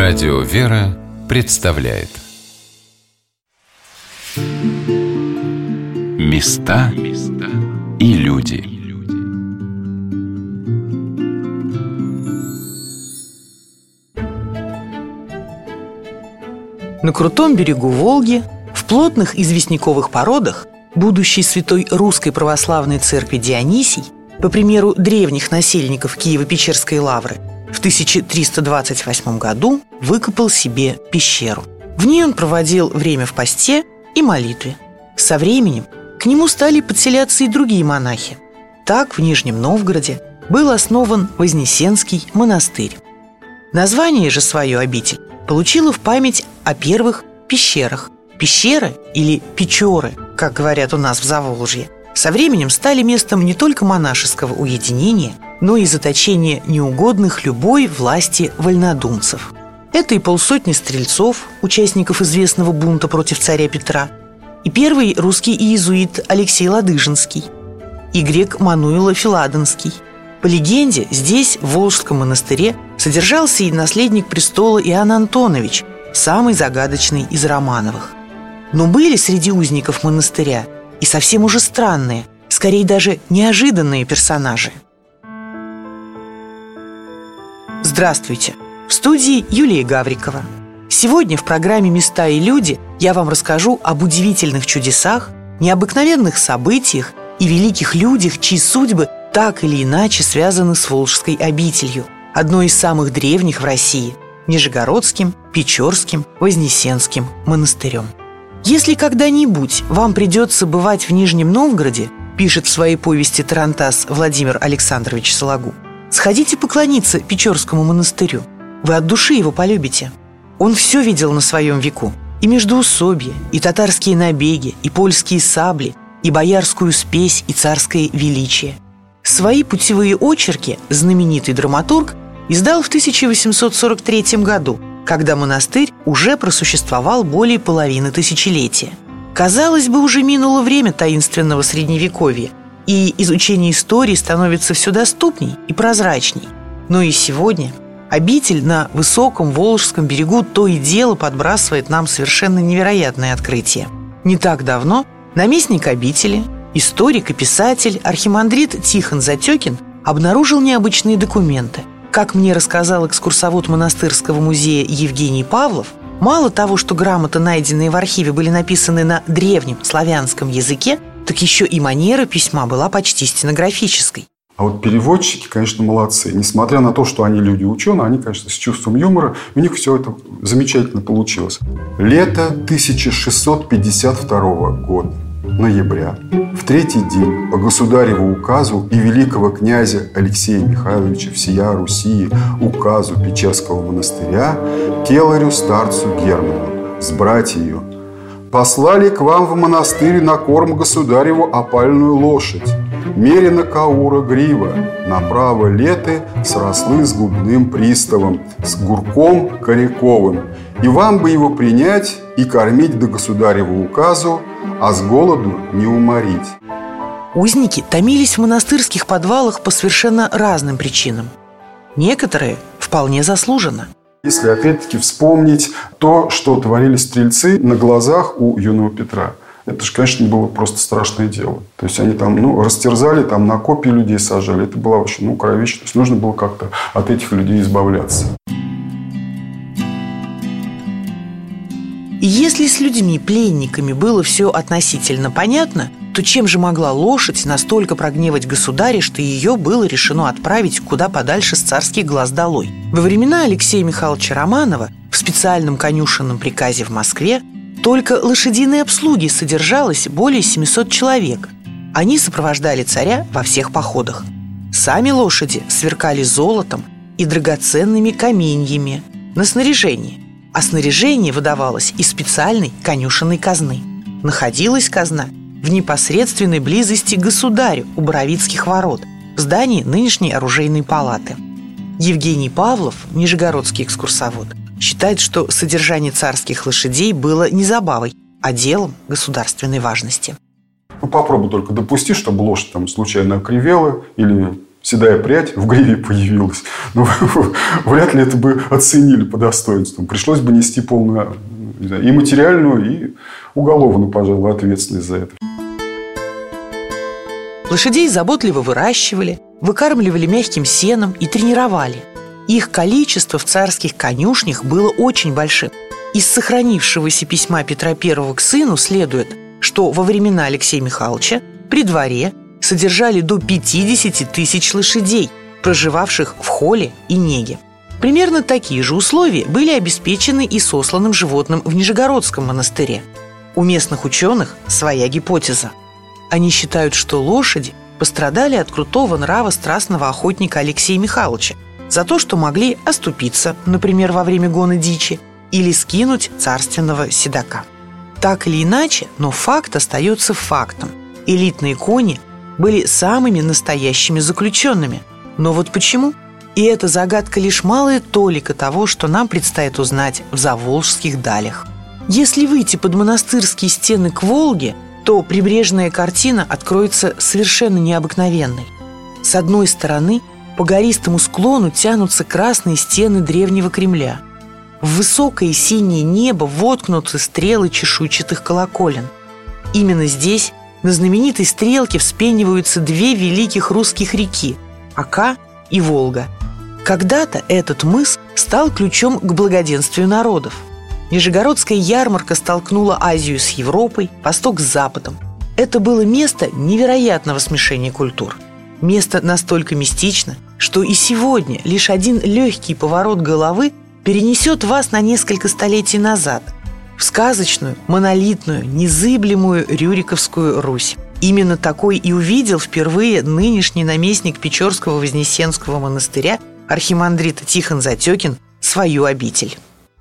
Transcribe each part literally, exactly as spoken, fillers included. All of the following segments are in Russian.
Радио «Вера» представляет Места и люди. На крутом берегу Волги, в плотных известняковых породах, будущий святой Русской Православной Церкви Дионисий, по примеру древних насельников Киево-Печерской лавры, в тысяча триста двадцать восьмом году выкопал себе пещеру. В ней он проводил время в посте и молитве. Со временем к нему стали подселяться и другие монахи. Так в Нижнем Новгороде был основан Вознесенский монастырь. Название же свое обитель получила в память о первых пещерах. Пещеры или печоры, как говорят у нас в Заволжье, со временем стали местом не только монашеского уединения, но и заточения неугодных любой власти вольнодумцев. Это и полсотни стрельцов, участников известного бунта против царя Петра, и первый русский иезуит Алексей Ладыжинский, и грек Мануила Филаденский. По легенде, здесь, в Волжском монастыре, содержался и наследник престола Иоанн Антонович, самый загадочный из Романовых. Но были среди узников монастыря и совсем уже странные, скорее даже неожиданные персонажи. Здравствуйте! В студии Юлия Гаврикова. Сегодня в программе «Места и люди» я вам расскажу об удивительных чудесах, необыкновенных событиях и великих людях, чьи судьбы так или иначе связаны с Волжской обителью, одной из самых древних в России – Нижегородским, Печорским, Вознесенским монастырем. Если когда-нибудь вам придется бывать в Нижнем Новгороде, пишет в своей повести «Тарантас» Владимир Александрович Сологуб, сходите поклониться Печорскому монастырю. Вы от души его полюбите. Он все видел на своем веку. И междоусобье, и татарские набеги, и польские сабли, и боярскую спесь, и царское величие. Свои путевые очерки знаменитый драматург издал в тысяча восемьсот сорок третьем году, когда монастырь уже просуществовал более половины тысячелетия. Казалось бы, уже минуло время таинственного Средневековья, и изучение истории становится все доступней и прозрачней. Но и сегодня обитель на высоком Волжском берегу то и дело подбрасывает нам совершенно невероятное открытие. Не так давно наместник обители, историк и писатель архимандрит Тихон Затекин обнаружил необычные документы. Как мне рассказал экскурсовод монастырского музея Евгений Павлов, мало того, что грамоты, найденные в архиве, были написаны на древнем славянском языке, так еще и манера письма была почти стенографической. А вот переводчики, конечно, молодцы. Несмотря на то, что они люди ученые, они, конечно, с чувством юмора, у них все это замечательно получилось. Лето тысяча шестьсот пятьдесят второго года, ноября, в третий день по государеву указу и великого князя Алексея Михайловича всея Руси указу Печерского монастыря келарю старцу Герману с братьею послали к вам в монастырь на корм государеву опальную лошадь, мерено каура грива, направо леты срослы с губным приставом, с гурком коряковым, и вам бы его принять и кормить до государеву указу, а с голоду не уморить. Узники томились в монастырских подвалах по совершенно разным причинам. Некоторые вполне заслуженно. Если опять-таки вспомнить то, что творили стрельцы на глазах у юного Петра. Это же, конечно, было просто страшное дело. То есть они там ну, растерзали, там на копья людей сажали. Это было вообще ну, кровища. То есть нужно было как-то от этих людей избавляться. И если с людьми, пленниками, было все относительно понятно, то чем же могла лошадь настолько прогневать государя, что ее было решено отправить куда подальше с царских глаз долой? Во времена Алексея Михайловича Романова в специальном конюшенном приказе в Москве только лошадиной обслуги содержалось более семисот человек. Они сопровождали царя во всех походах. Сами лошади сверкали золотом и драгоценными каменьями на снаряжение, а снаряжение выдавалось из специальной конюшенной казны. Находилась казна в непосредственной близости к государю у Боровицких ворот, в здании нынешней оружейной палаты. Евгений Павлов, нижегородский экскурсовод, считает, что содержание царских лошадей было не забавой, а делом государственной важности. Ну, попробуй только допусти, чтобы лошадь там случайно окривела или седая прядь в гриве появилась, но вряд ли это бы оценили по достоинству. Пришлось бы нести полную, не знаю, и материальную, и уголовную, пожалуй, ответственность за это. Лошадей заботливо выращивали, выкармливали мягким сеном и тренировали. Их количество в царских конюшнях было очень большим. Из сохранившегося письма Петра Первого к сыну следует, что во времена Алексея Михайловича при дворе содержали до пятидесяти тысяч лошадей, проживавших в холе и неге. Примерно такие же условия были обеспечены и сосланным животным в Нижегородском монастыре. У местных ученых своя гипотеза. Они считают, что лошади пострадали от крутого нрава страстного охотника Алексея Михайловича за то, что могли оступиться, например, во время гона дичи, или скинуть царственного седока. Так или иначе, но факт остается фактом. Элитные кони были самыми настоящими заключенными. Но вот почему? И это загадка лишь малая толика того, что нам предстоит узнать в заволжских далях. Если выйти под монастырские стены к Волге, то прибрежная картина откроется совершенно необыкновенной. С одной стороны, по гористому склону тянутся красные стены древнего Кремля. В высокое синее небо воткнуты стрелы чешуйчатых колоколен. Именно здесь, на знаменитой стрелке, вспениваются две великих русских реки – Ока и Волга. Когда-то этот мыс стал ключом к благоденствию народов. Нижегородская ярмарка столкнула Азию с Европой, Восток с Западом. Это было место невероятного смешения культур. Место настолько мистично, что и сегодня лишь один легкий поворот головы перенесет вас на несколько столетий назад, в сказочную, монолитную, незыблемую Рюриковскую Русь. Именно такой и увидел впервые нынешний наместник Печорского Вознесенского монастыря архимандрит Тихон Затекин свою обитель.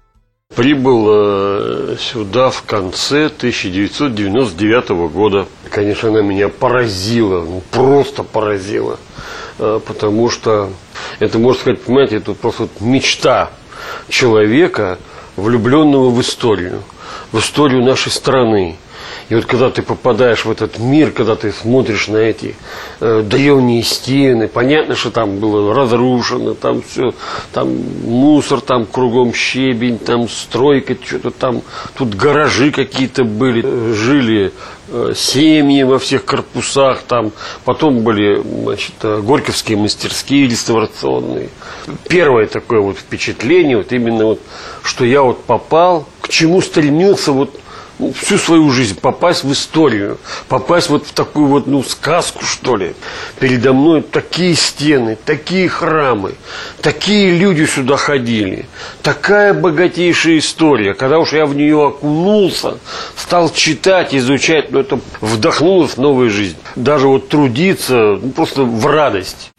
Прибыл э, сюда в конце тысяча девятьсот девяносто девятого года. Конечно, она меня поразила, ну, просто поразила, э, потому что это, можно сказать, понимаете, это просто вот мечта человека, влюбленного в историю, в историю нашей страны. И вот когда ты попадаешь в этот мир, когда ты смотришь на эти э, древние стены, понятно, что там было разрушено, там все, там мусор, там кругом щебень, там стройка, что-то там, тут гаражи какие-то были, жили э, семьи во всех корпусах, там, потом были, значит, горьковские мастерские реставрационные. Первое такое вот впечатление, вот именно вот, что я вот попал, к чему стремился вот всю свою жизнь, попасть в историю, попасть вот в такую вот, ну, сказку, что ли. Передо мной такие стены, такие храмы, такие люди сюда ходили, такая богатейшая история. Когда уж я в нее окунулся, стал читать, изучать, ну, это вдохнулось в новую жизнь. Даже вот трудиться, ну, просто в радость.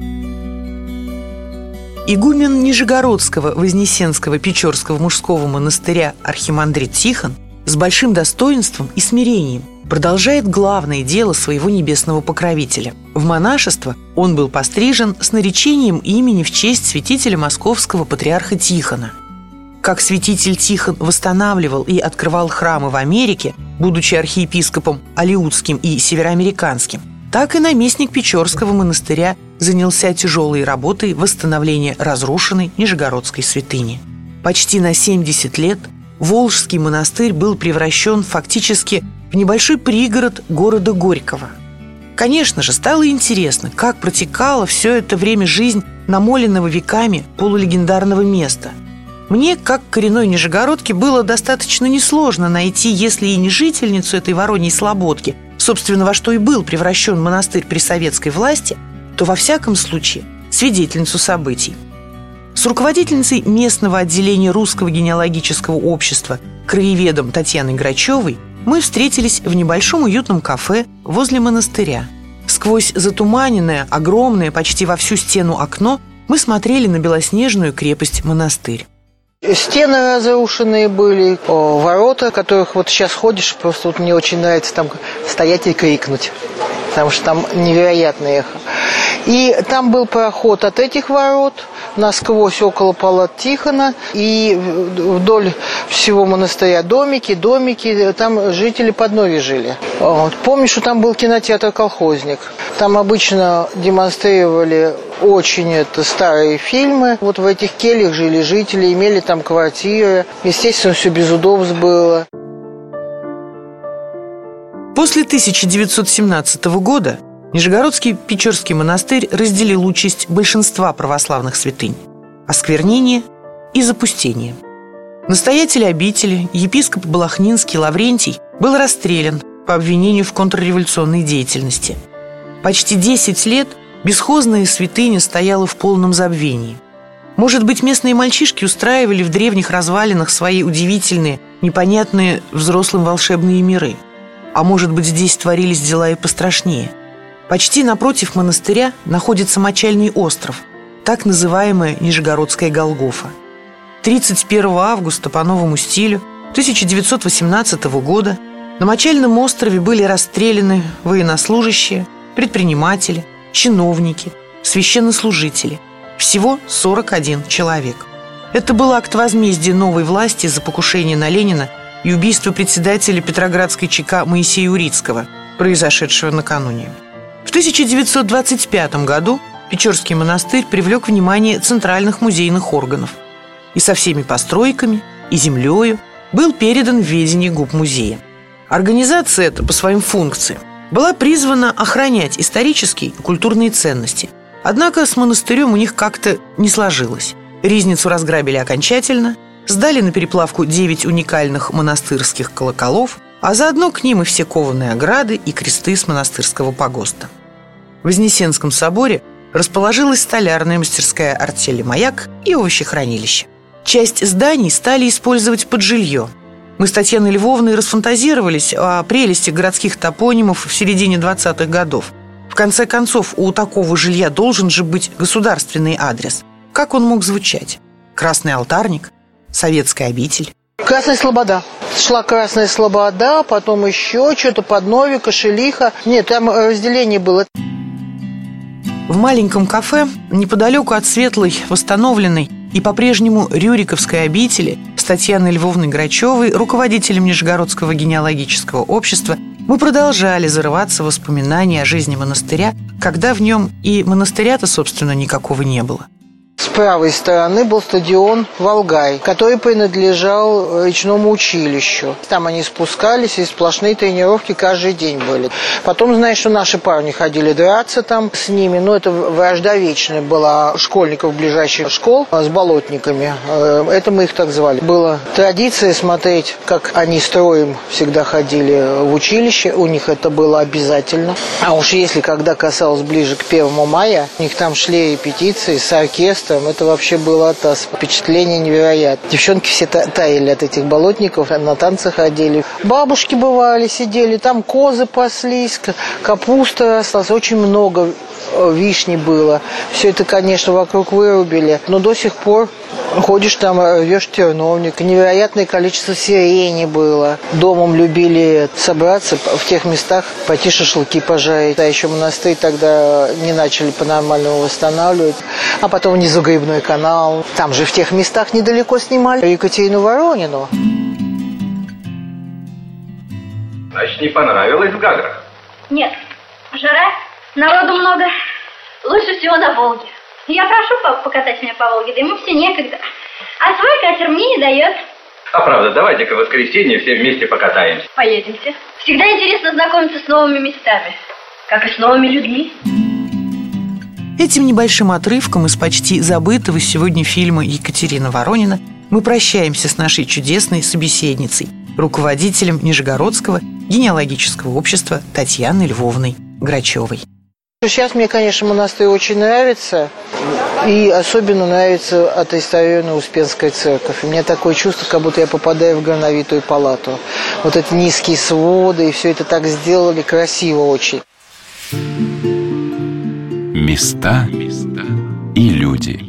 Игумен Нижегородского Вознесенского Печорского мужского монастыря архимандрит Тихон с большим достоинством и смирением продолжает главное дело своего небесного покровителя. В монашество он был пострижен с наречением имени в честь святителя московского патриарха Тихона. Как святитель Тихон восстанавливал и открывал храмы в Америке, будучи архиепископом алеутским и североамериканским, так и наместник Печорского монастыря занялся тяжелой работой восстановления разрушенной Нижегородской святыни. Почти на семьдесят лет Волжский монастырь был превращен фактически в небольшой пригород города Горького. Конечно же, стало интересно, как протекала все это время жизнь намоленного веками полулегендарного места. Мне, как коренной нижегородке, было достаточно несложно найти, если и не жительницу этой Вороньей слободки, собственно, во что и был превращен монастырь при советской власти, то во всяком случае свидетельницу событий. С руководительницей местного отделения Русского генеалогического общества, краеведом Татьяной Грачевой, мы встретились в небольшом уютном кафе возле монастыря. Сквозь затуманенное, огромное, почти во всю стену окно мы смотрели на белоснежную крепость-монастырь. Стены разрушенные были, ворота, которых вот сейчас ходишь, просто вот мне очень нравится там стоять и крикнуть, потому что там невероятное эхо. И там был проход от этих ворот насквозь около палат Тихона, и вдоль всего монастыря домики, домики, там жители подновья жили. Вот. Помню, что там был кинотеатр «Колхозник». Там обычно демонстрировали очень это, старые фильмы. Вот в этих кельях жили жители, имели там квартиры. Естественно, все без удобств было. После тысяча девятьсот семнадцатого года Нижегородский Печорский монастырь разделил участь большинства православных святынь – осквернение и запустение. Настоятель обители, епископ Балахнинский Лаврентий, был расстрелян по обвинению в контрреволюционной деятельности. Почти десять лет бесхозная святыня стояла в полном забвении. Может быть, местные мальчишки устраивали в древних развалинах свои удивительные, непонятные взрослым волшебные миры. А может быть, здесь творились дела и пострашнее. Почти напротив монастыря находится мочальный остров, так называемая Нижегородская Голгофа. тридцать первого августа по новому стилю тысяча девятьсот восемнадцатого года на мочальном острове были расстреляны военнослужащие, предприниматели, чиновники, священнослужители. Всего сорок один человек. Это был акт возмездия новой власти за покушение на Ленина и убийство председателя Петроградской ЧК Моисея Урицкого, произошедшего накануне. В тысяча девятьсот двадцать пятом году Печорский монастырь привлек внимание центральных музейных органов и со всеми постройками и землею был передан в ведение губмузея. Организация эта по своим функциям была призвана охранять исторические и культурные ценности. Однако с монастырем у них как-то не сложилось. Ризницу разграбили окончательно, сдали на переплавку девять уникальных монастырских колоколов, а заодно к ним и все кованые ограды и кресты с монастырского погоста. В Вознесенском соборе расположилась столярная мастерская артели «Маяк» и овощехранилище. Часть зданий стали использовать под жилье. Мы с Татьяной Львовной расфантазировались о прелести городских топонимов в середине двадцатых годов. В конце концов, у такого жилья должен же быть государственный адрес. Как он мог звучать? Красный алтарник? Советская обитель? Красная Слобода. Шла Красная Слобода, потом еще что-то Подновье, Кошелиха. Нет, там разделение было. В маленьком кафе, неподалеку от светлой, восстановленной и по-прежнему Рюриковской обители, с Татьяной Львовной Грачевой, руководителем Нижегородского генеалогического общества, мы продолжали зарываться в воспоминания о жизни монастыря, когда в нем и монастыря-то, собственно, никакого не было. С правой стороны был стадион «Волгай», который принадлежал речному училищу. Там они спускались, и сплошные тренировки каждый день были. Потом, знаешь, что наши парни ходили драться там с ними. Но это вражда вечная была школьников ближайших школ с болотниками. Это мы их так звали. Была традиция смотреть, как они строем всегда ходили в училище. У них это было обязательно. А уж если когда касалось ближе к первому мая, у них там шли репетиции с оркестром. Это вообще было таз. Впечатление невероятное. Девчонки все таяли от этих болотников, на танцы ходили. Бабушки бывали, сидели, там козы паслись, капуста осталась, очень много вишни было. Все это, конечно, вокруг вырубили. Но до сих пор ходишь там, рвешь терновник. Невероятное количество сирени было. Домом любили собраться в тех местах, пойти шашлыки пожарить. А еще монастырь тогда не начали по-нормальному восстанавливать. А потом внизу Грибной канал. Там же в тех местах недалеко снимали Екатерину Воронину. Значит, не понравилось в Гаграх? Нет. Жара, народу много. Лучше всего на Волге. Я прошу папу покатать меня по Волге, да ему все некогда. А свой катер мне не дает. А правда, давайте-ка в воскресенье все вместе покатаемся. Поедемте. Всегда интересно знакомиться с новыми местами, как и с новыми людьми. Этим небольшим отрывком из почти забытого сегодня фильма «Екатерина Воронина» мы прощаемся с нашей чудесной собеседницей, руководителем Нижегородского генеалогического общества Татьяной Львовной Грачевой. Сейчас мне, конечно, монастырь очень нравится. И особенно нравится отреставрированная Успенская церковь. У меня такое чувство, как будто я попадаю в горновитую палату. Вот эти низкие своды, и все это так сделали красиво очень. Места и люди.